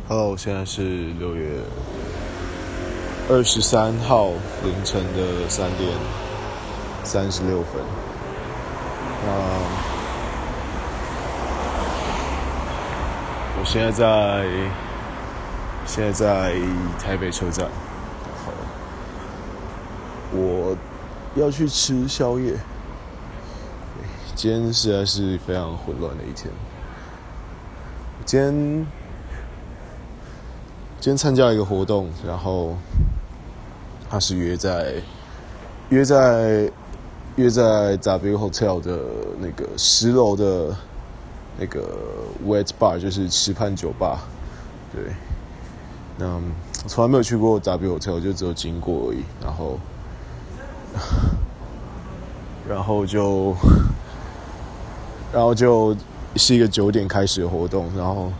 Hello， 现在是6月23号凌晨的3点36分。我现在在台北车站，好，我要去吃宵夜。今天实在是非常混乱的一天。今天参加了一个活动，然后他是约在 W Hotel 的那个10楼的那个 Wet Bar， 就是池畔酒吧。对，那我从来没有去过 W Hotel， 就只有经过而已。然后就是一个9点开始的活动，然后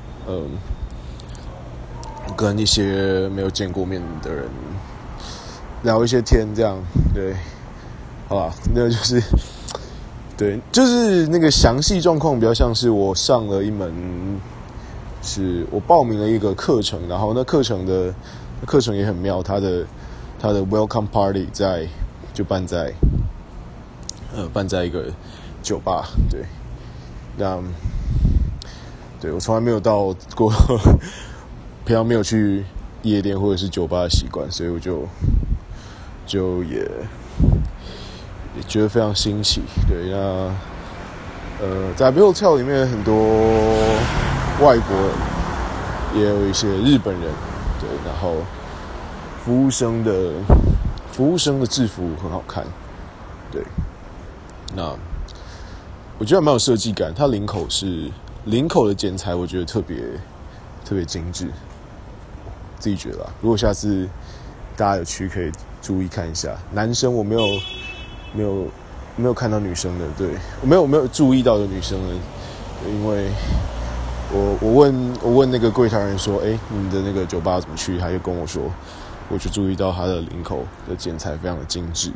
跟一些没有见过面的人聊一些天，这样。对，好吧，那个就是对，就是那个详细状况比较像是我上了一门，是我报名了一个课程，然后那课程也很妙，它的 welcome party 就办在一个酒吧。对，那对我从来没有到过平常没有去夜店或者是酒吧的习惯，所以我就也觉得非常新奇。对，那在 W Hotel 里面很多外国人，也有一些日本人。对，然后服务生的制服很好看。对，那我觉得蛮有设计感。它领口的剪裁，我觉得特别精致。自己觉得如果下次大家有去，可以注意看一下。男生我没有看到女生的，对，我没有注意到有女生的，因为我问那个柜台人说，你们的那个酒吧怎么去？他就跟我说，我就注意到他的领口的剪裁非常的精致。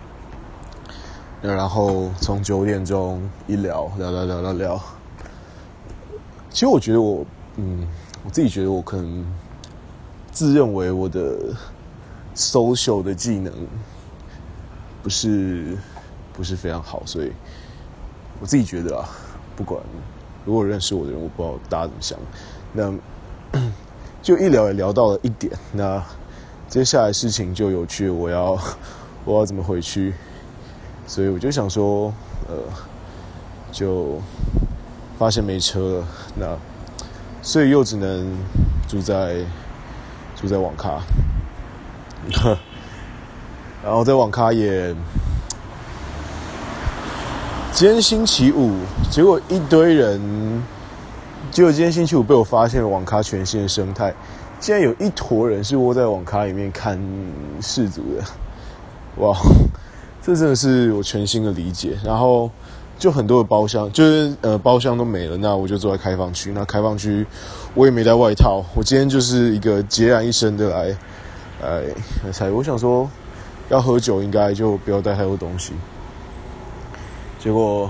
然后从9点钟一聊，其实我觉得我自己觉得我可能自认为我的 social 的技能不是非常好，所以我自己觉得不管如果认识我的人，我不知道大家怎么想。那就一聊也聊到了1点，那接下来事情就有趣了，我要怎么回去？所以我就想说，就发现没车了，那所以又只能住在网咖。然后在网咖也，今天星期五，结果一堆人，结果今天星期五被我发现了网咖全新的生态，竟然有一坨人是窝在网咖里面看世足的，哇！这真的是我全新的理解。然后就很多的包厢，就是包厢都没了，那我就坐在开放区。那开放区我也没带外套，我今天就是一个孑然一身的来猜。我想说要喝酒应该就不要带太多东西，结果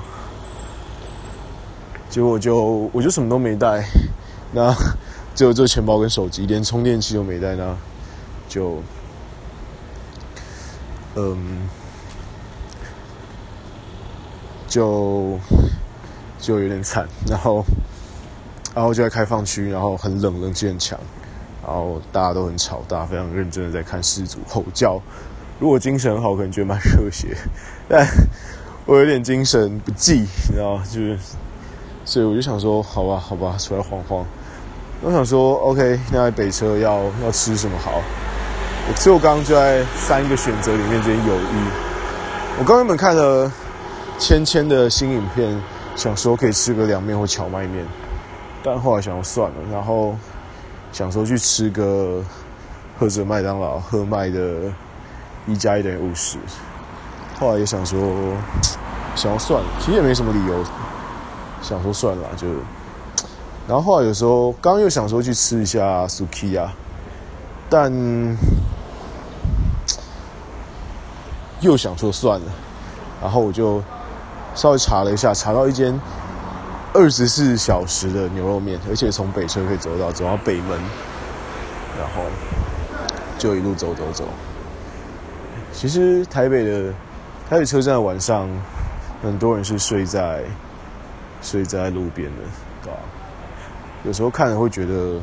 我就什么都没带，那只有钱包跟手机，连充电器都没带，那就就有点惨。然后就在开放区，然后很冷，冷气很强，然后大家都很吵，大家非常认真的在看世足，吼叫。如果精神很好，可能觉得蛮热血，但我有点精神不济，你知道吗？所以我就想说，好吧，出来晃晃。我想说 ，OK， 那在北车要吃什么好？所以我刚刚就在3个选择里面之间犹豫。我刚原本看了芊的新影片，想说可以吃个凉面或荞麦面，但后来想说算了，然后想说去吃个或者麦当劳喝麦的1+1=50，后来也想说算了，其实也没什么理由，想说算了就。然后后来有时候刚刚又想说去吃一下 Sukiya， 但又想说算了，然后我就稍微查了一下，查到一间 24小时的牛肉面，而且从北车可以走到北门，然后就一路走。其实台北车站晚上很多人是睡在路边的，对吧？有时候看了会觉得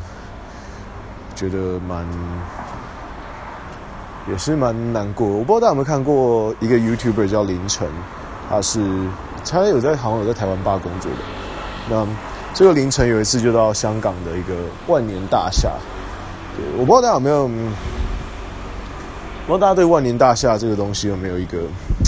也是蛮难过。我不知道大家有没有看过一个 YouTuber 叫林晨，他好像有在台湾吧工作的。那这个凌晨有一次就到香港的一个万年大厦，对，我不知道大家有没有，不知道大家对万年大厦这个东西有没有一个，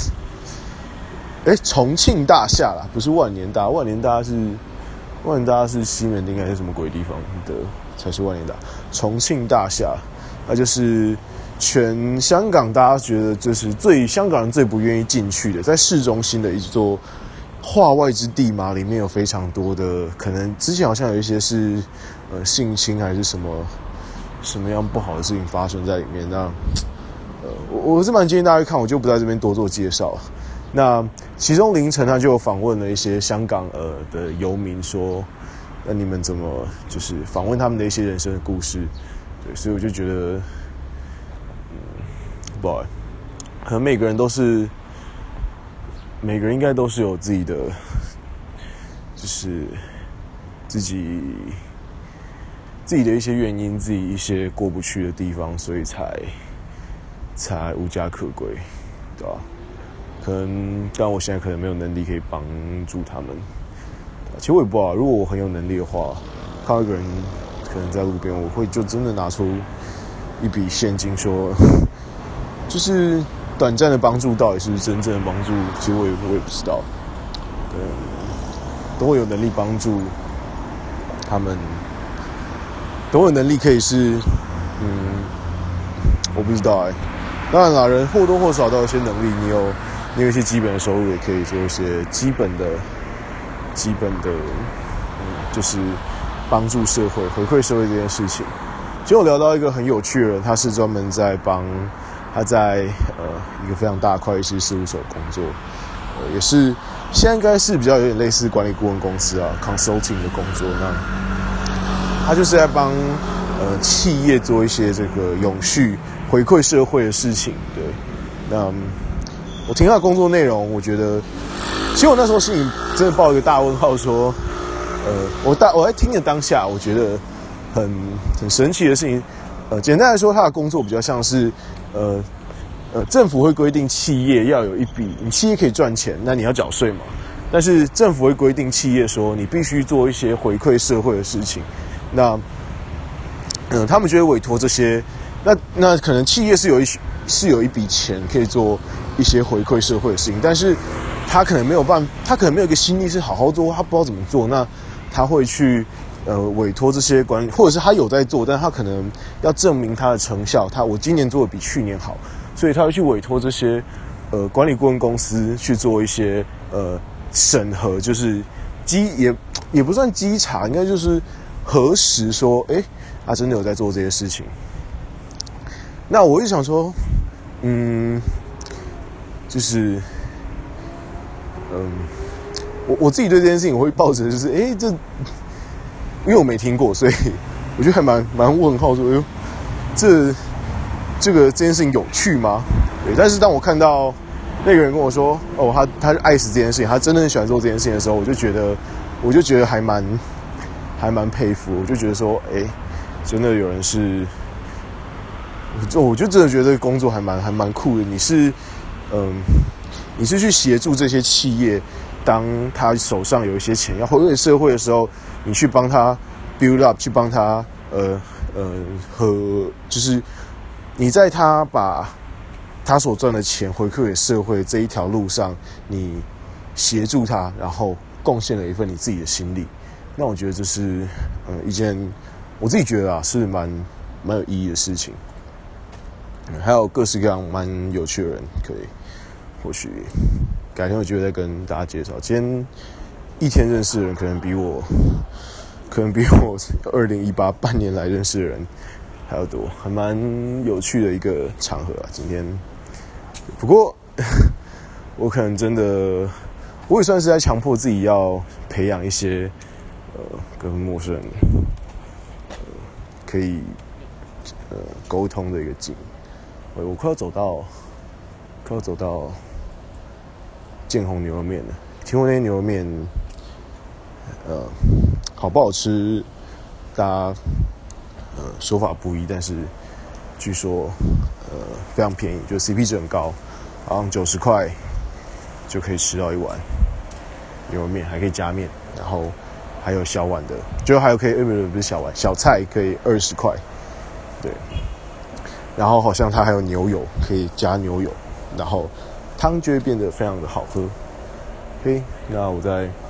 重庆大厦啦，不是万年大，万年大是西门町还是什么鬼地方的才是万年大，重庆大厦，那就是全香港大家觉得就是香港人最不愿意进去的，在市中心的一座化外之地嘛，里面有非常多的可能，之前好像有一些是性侵还是什么样不好的事情发生在里面。那我是蛮建议大家去看，我就不在这边多做介绍。那其中凌晨他就访问了一些香港的游民，说那你们怎么就是访问他们的一些人生的故事，对，所以我就觉得不好，可能每个人应该都是有自己的，就是自己的一些原因，自己一些过不去的地方，所以才无家可归，对吧？但我现在可能没有能力可以帮助他们。其实我也不知道，如果我很有能力的话，看到一个人可能在路边，我会就真的拿出一笔现金说，就是短暂的帮助到底是不是真正的帮助，其实我也不知道。对，等我有能力帮助他们，等我有能力可以是，我不知道当然啦，人或多或少都有一些能力，你有一些基本的收入，也可以做一些基本的，就是帮助社会、回馈社会这件事情。结果聊到一个很有趣的人，他是专门他在一个非常大的会计师事务所工作，也是现在应该是比较有点类似管理顾问公司consulting 的工作。那他就是在帮企业做一些这个永续回馈社会的事情。对，那我听他的工作内容，我觉得，其实我那时候心里真的抱一个大问号，说，我在听的当下，我觉得很神奇的事情。简单来说，他的工作比较像是，政府会规定企业要有一笔，你企业可以赚钱，那你要缴税嘛。但是政府会规定企业说，你必须做一些回馈社会的事情。那，他们就会委托这些，那可能企业是有一笔钱可以做一些回馈社会的事情，但是他可能没有一个心力是好好做，他不知道怎么做，那他会去委托这些管理，或者是他有在做，但他可能要证明他的成效，我今年做的比去年好，所以他会去委托这些管理顾问公司去做一些审核，就是也不算稽查，应该就是核实说，他真的有在做这些事情。那我就想说，就是我自己对这件事情我会抱着就是因为我没听过，所以我觉得还蛮问号说，这件事情有趣吗？对，但是当我看到那个人跟我说，他爱死这件事情，他真的很喜欢做这件事情的时候，我就觉得还蛮佩服，我就觉得说，真的有人是，我就真的觉得这个工作还蛮酷的。你是去协助这些企业，当他手上有一些钱要回馈社会的时候，你去帮他 build up， 去帮他就是你在他把他所赚的钱回馈给社会这一条路上，你协助他，然后贡献了一份你自己的心力。那我觉得这是一件我自己觉得是蛮有意义的事情。还有各式各样蛮有趣的人，可以或许改天有机会再跟大家介绍。今天一天认识的人可能比我2018半年来认识的人还要多，还蛮有趣的一个场合啊。今天不过我可能真的我也算是在强迫自己要培养一些跟陌生人可以沟通的一个技能。我快要走到建宏牛肉面了。听说那些牛肉面好不好吃，大家说法不一，但是据说非常便宜，就 CP 值很高，好像90块就可以吃到一碗牛肉面，还可以加面，然后还有小碗的，就还有可以不是小碗，小菜可以20块，对。然后好像它还有牛油，可以加牛油，然后汤就会变得非常的好喝。OK， 那我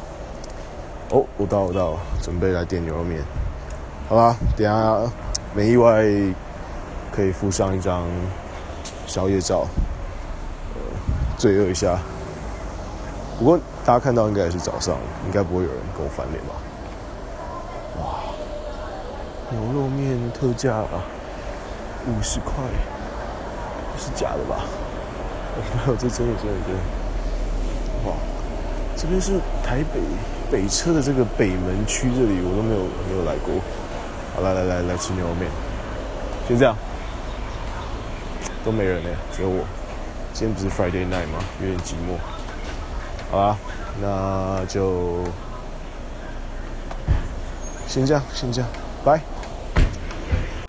到了，准备来点牛肉面。好啦，等一下没意外可以附上一张宵夜照，罪恶一下。不过大家看到应该也是早上，应该不会有人跟我翻脸吧？哇，牛肉面特价50块，是假的吧？没有，这真的。哇，这边是台北车的这个北门区，这里我都没有来过。好，来吃牛肉面，先这样，都没人呢，只有我。今天不是 Friday night 吗？有点寂寞。好啦，那就先这样，拜。